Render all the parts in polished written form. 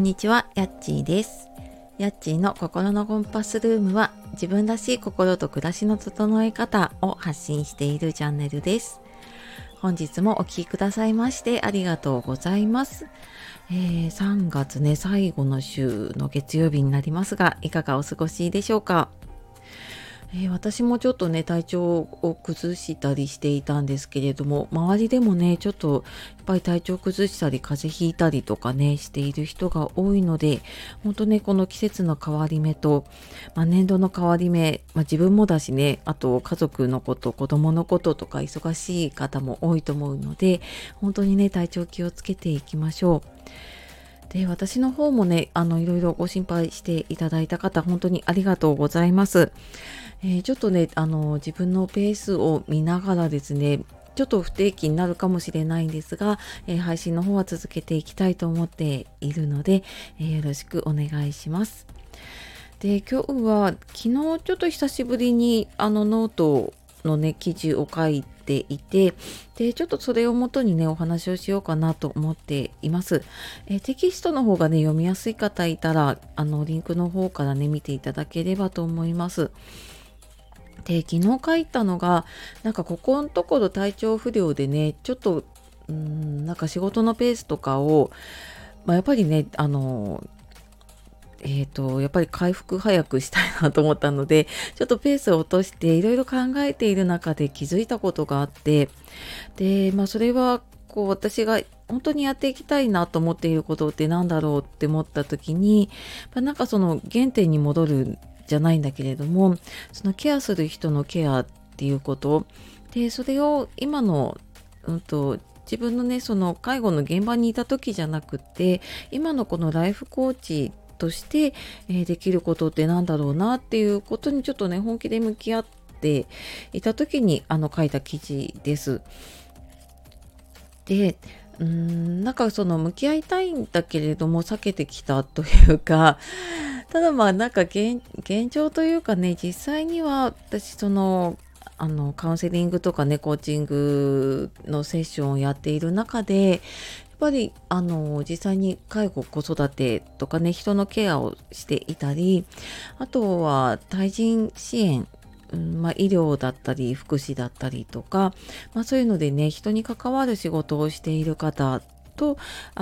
んにちは、やっちーです。やっちーの心のコンパスルームは、自分らしい心と暮らしの整え方を発信しているチャンネルです。本日もお聞きくださいましてありがとうございます。3月ね、最後の週の月曜日になりますが、いかがお過ごしでしょうか。私もちょっとね、体調を崩したりしていたんですけれども、周りでもね、ちょっとやっぱり体調崩したり、風邪ひいたりとかね、している人が多いので、本当ね、この季節の変わり目と、年度の変わり目、自分もだしね、あと家族のこと、子供のこととか忙しい方も多いと思うので、本当にね、体調気をつけていきましょう。で、私の方もね、いろいろご心配していただいた方、本当にありがとうございます。ちょっとね、自分のペースを見ながらですね、ちょっと不定期になるかもしれないんですが、配信の方は続けていきたいと思っているので、よろしくお願いします。で、今日は昨日ちょっと久しぶりにノートのね、記事を書いていて、で、ちょっとそれをもとにね、お話をしようかなと思っています。テキストの方がね、読みやすい方いたら、リンクの方からね、見ていただければと思います。で、昨日書いたのが、なんかここのところ体調不良でね、ちょっと、なんか仕事のペースとかを、やっぱりね、やっぱり回復早くしたいなと思ったので、ちょっとペースを落としていろいろ考えている中で気づいたことがあって、で、それは、こう私が本当にやっていきたいなと思っていることってなんだろうって思った時に、なんかその原点に戻るじゃないんだけれども、そのケアする人のケアっていうことで、それを今の、自分のね、その介護の現場にいた時じゃなくて、今のこのライフコーチとして、できることってなんだろうなっていうことにちょっとね、本気で向き合っていた時に書いた記事です。で、なんかその向き合いたいんだけれども避けてきたというか、ただなんか現状というかね、実際には私その、カウンセリングとかね、コーチングのセッションをやっている中で、やっぱり実際に介護、子育てとかね、人のケアをしていたり、あとは対人支援、医療だったり福祉だったりとか、そういうのでね、人に関わる仕事をしている方と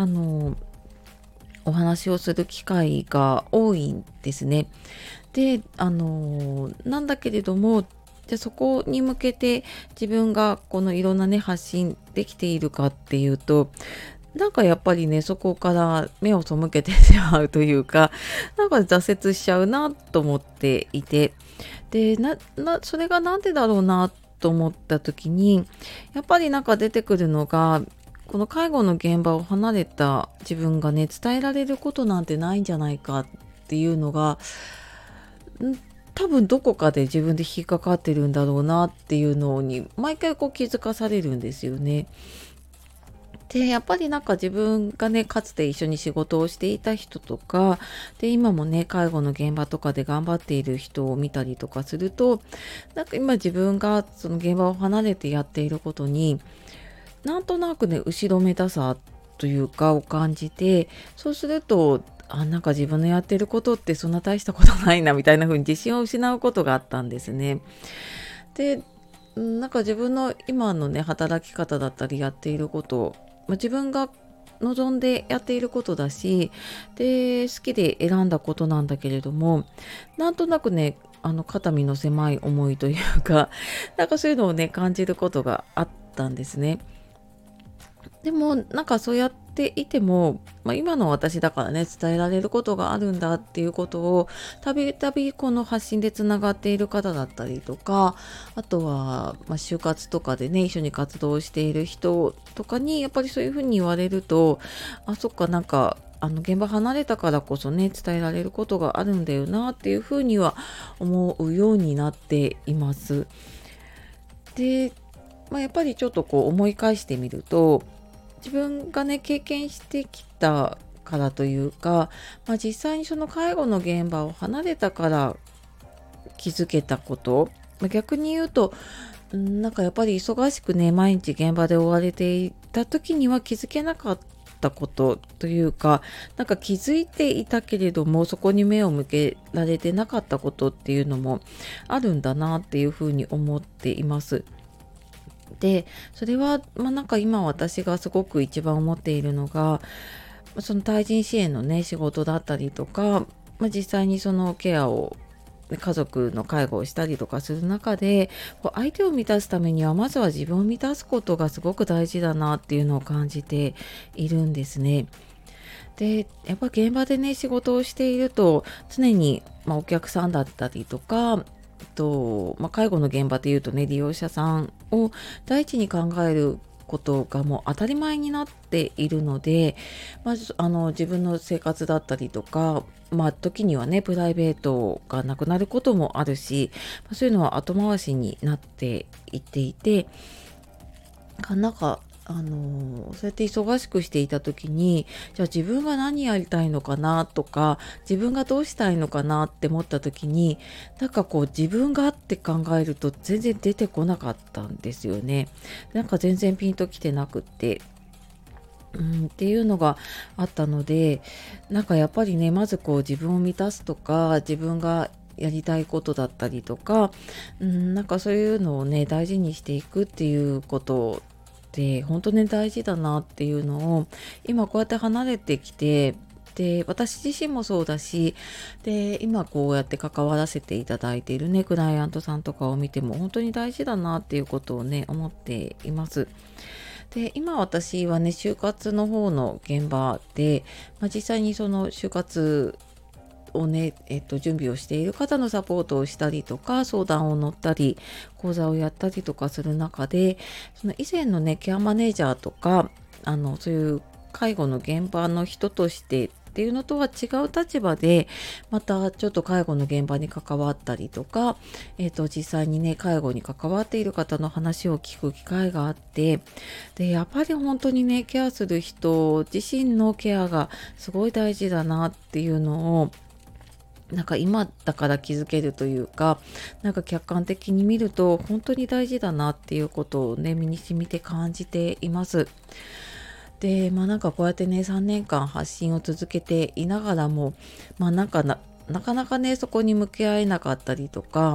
お話をする機会が多いんですね。で、なんだけれども、じゃあそこに向けて自分がこのいろんなね、発信できているかっていうと、なんかやっぱりね、そこから目を背けてしまうというか、なんか挫折しちゃうなと思っていて、で、それがなんでだろうなと思った時に、やっぱりなんか出てくるのが、この介護の現場を離れた自分がね、伝えられることなんてないんじゃないかっていうのが、多分どこかで自分で引っかかってるんだろうなっていうのに、毎回こう気づかされるんですよね。で、やっぱりなんか自分がね、かつて一緒に仕事をしていた人とか、で、今もね、介護の現場とかで頑張っている人を見たりとかすると、なんか今自分がその現場を離れてやっていることに、なんとなくね、後ろめたさというかを感じて、そうすると、なんか自分のやってることってそんな大したことないなみたいな風に自信を失うことがあったんですね。で、なんか自分の今のね、働き方だったりやっていること自分が望んでやっていることだし、で、好きで選んだことなんだけれども、なんとなくね、肩身の狭い思いというか、なんかそういうのをね、感じることがあったんですね。でも、なんかそうやっていても、今の私だからね、伝えられることがあるんだっていうことを、たびたびこの発信でつながっている方だったりとか、あとは、就活とかでね、一緒に活動している人とかに、やっぱりそういうふうに言われると、そっか、なんか、現場離れたからこそね、伝えられることがあるんだよなっていうふうには思うようになっています。で、やっぱりちょっとこう思い返してみると、自分がね、経験してきたからというか、実際にその介護の現場を離れたから気づけたこと、逆に言うと、なんかやっぱり忙しくね、毎日現場で追われていた時には気づけなかっったことというか、なんか気づいていたけれども、そこに目を向けられてなかったことっていうのもあるんだなっていうふうに思っています。で、それは、なんか今私がすごく一番思っているのが、その対人支援のね、仕事だったりとか、実際にそのケアを家族の介護をしたりとかする中で、相手を満たすためにはまずは自分を満たすことがすごく大事だなっていうのを感じているんですね。で、やっぱ現場でね、仕事をしていると常に、お客さんだったりとか、介護の現場でいうとね、利用者さんを第一に考えることがもう当たり前になっているので、自分の生活だったりとか、時にはね、プライベートがなくなることもあるし、そういうのは後回しになっていっていて、なんか、そうやって忙しくしていた時に、じゃあ自分が何やりたいのかなとか、自分がどうしたいのかなって思った時に、なんかこう自分がって考えると全然出てこなかったんですよね。なんか全然ピンときてなくって。っていうのがあったので、なんかやっぱりね、まずこう自分を満たすとか、自分がやりたいことだったりとか、なんかそういうのをね、大事にしていくっていうことって本当に大事だなっていうのを、今こうやって離れてきて、で、私自身もそうだし、で、今こうやって関わらせていただいているね、クライアントさんとかを見ても本当に大事だなっていうことをね、思っています。で、今私はね、就活の方の現場で、実際にその就活をね、準備をしている方のサポートをしたりとか、相談を乗ったり、講座をやったりとかする中で、その以前のね、ケアマネージャーとか、そういう介護の現場の人としてっていうのとは違う立場で、またちょっと介護の現場に関わったりとか、実際にね、介護に関わっている方の話を聞く機会があって、で、やっぱり本当にね、ケアする人自身のケアがすごい大事だなっていうのを、なんか今だから気づけるというか、なんか客観的に見ると本当に大事だなっていうことをね、身に染みて感じています。で、なんかこうやってね、3年間発信を続けていながらも、なかなかね、そこに向き合えなかったりとか、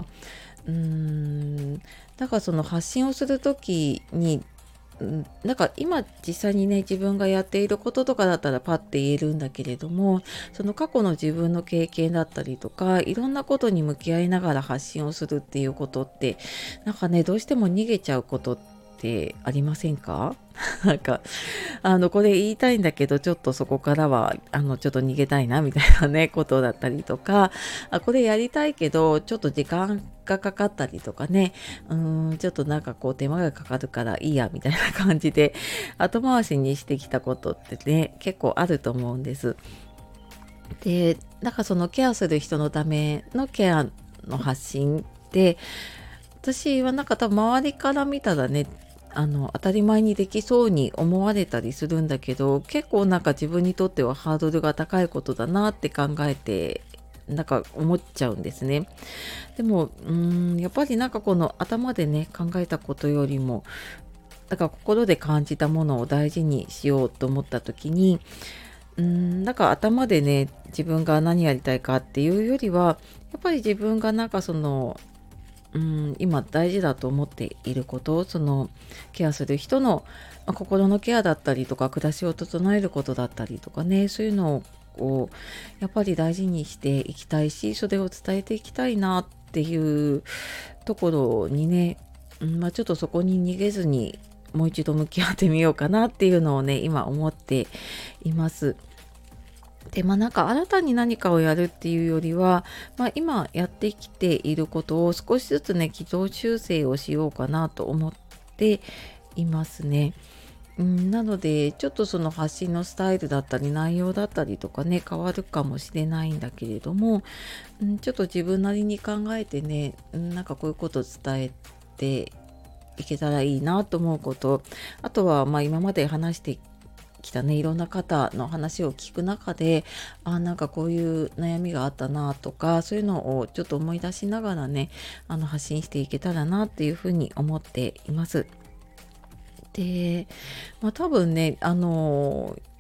だからその発信をする時に、なんか今実際にね、自分がやっていることとかだったらパッて言えるんだけれども、その過去の自分の経験だったりとか、いろんなことに向き合いながら発信をするっていうことって、なんかね、どうしても逃げちゃうことってありませんか？なんか、これ言いたいんだけど、ちょっとそこからは、ちょっと逃げたいなみたいなね、ことだったりとか、これやりたいけど、ちょっと時間がかかったりとかね、ちょっとなんかこう手間がかかるからいいや、みたいな感じで、後回しにしてきたことってね、結構あると思うんです。で、なんかそのケアする人のためのケアの発信って、私はなんか多分周りから見たらね、当たり前にできそうに思われたりするんだけど、結構なんか自分にとってはハードルが高いことだなって考えて、なんか思っちゃうんですね。でも、やっぱりなんかこの頭でね、考えたことよりも、だから心で感じたものを大事にしようと思った時に、なんか頭でね、自分が何やりたいかっていうよりは、やっぱり自分がなんかその今大事だと思っていること、そのケアする人の、心のケアだったりとか、暮らしを整えることだったりとかね、そういうのをやっぱり大事にしていきたいし、それを伝えていきたいなっていうところにね、ちょっとそこに逃げずにもう一度向き合ってみようかなっていうのをね、今思っています。で、なんか新たに何かをやるっていうよりは、今やってきていることを少しずつね、軌道修正をしようかなと思っていますね。なので、ちょっとその発信のスタイルだったり内容だったりとかね、変わるかもしれないんだけれども、ちょっと自分なりに考えてね、なんかこういうことを伝えていけたらいいなと思うこと、あとは今まで話してきたね、いろんな方の話を聞く中で、なんかこういう悩みがあったなとか、そういうのをちょっと思い出しながらね、発信していけたらなっていうふうに思っています。で、多分ね、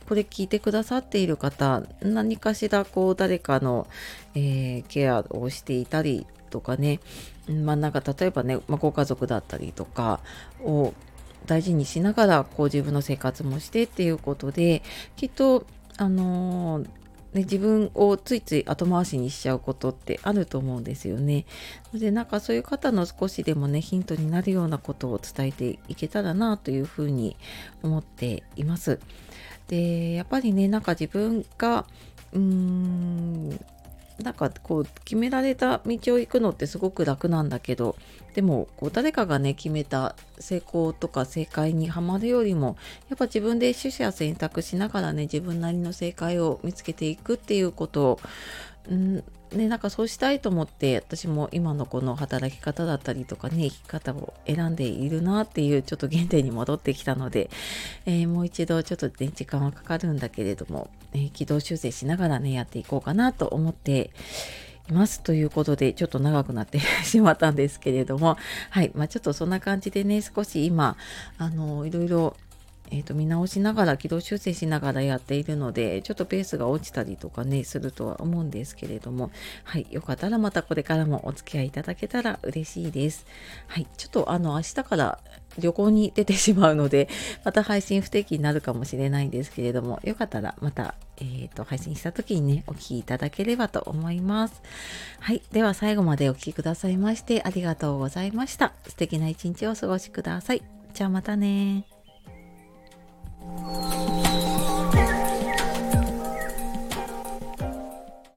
これ聞いてくださっている方、何かしら誰かの、ケアをしていたりとかね、なんか例えばね、ご家族だったりとかを大事にしながら自分の生活もしてっていうことで、きっと自分をついつい後回しにしちゃうことってあると思うんですよね。で、なんかそういう方の少しでもね、ヒントになるようなことを伝えていけたらなというふうに思っています。で、やっぱりね、なんか自分が、うーん、なんか決められた道を行くのってすごく楽なんだけど、でも誰かがね決めた成功とか正解にはまるよりも、やっぱ自分で取捨選択しながらね、自分なりの正解を見つけていくっていうことを、なんかそうしたいと思って、私も今のこの働き方だったりとかね、生き方を選んでいるなっていうちょっと原点に戻ってきたので、もう一度ちょっとね時間はかかるんだけれども、軌道修正しながらねやっていこうかなと思っていますということで、ちょっと長くなってしまったんですけれども、はい、ちょっとそんな感じでね、少し今いろいろ見直しながら軌道修正しながらやっているので、ちょっとペースが落ちたりとかねするとは思うんですけれども、はい、よかったらまたこれからもお付き合いいただけたら嬉しいです。はい、ちょっと明日から旅行に出てしまうので、また配信不定期になるかもしれないんですけれども、よかったらまた配信した時にねお聞きいただければと思います。はい、では最後までお聞きくださいましてありがとうございました。素敵な一日をお過ごしください。じゃあまたね。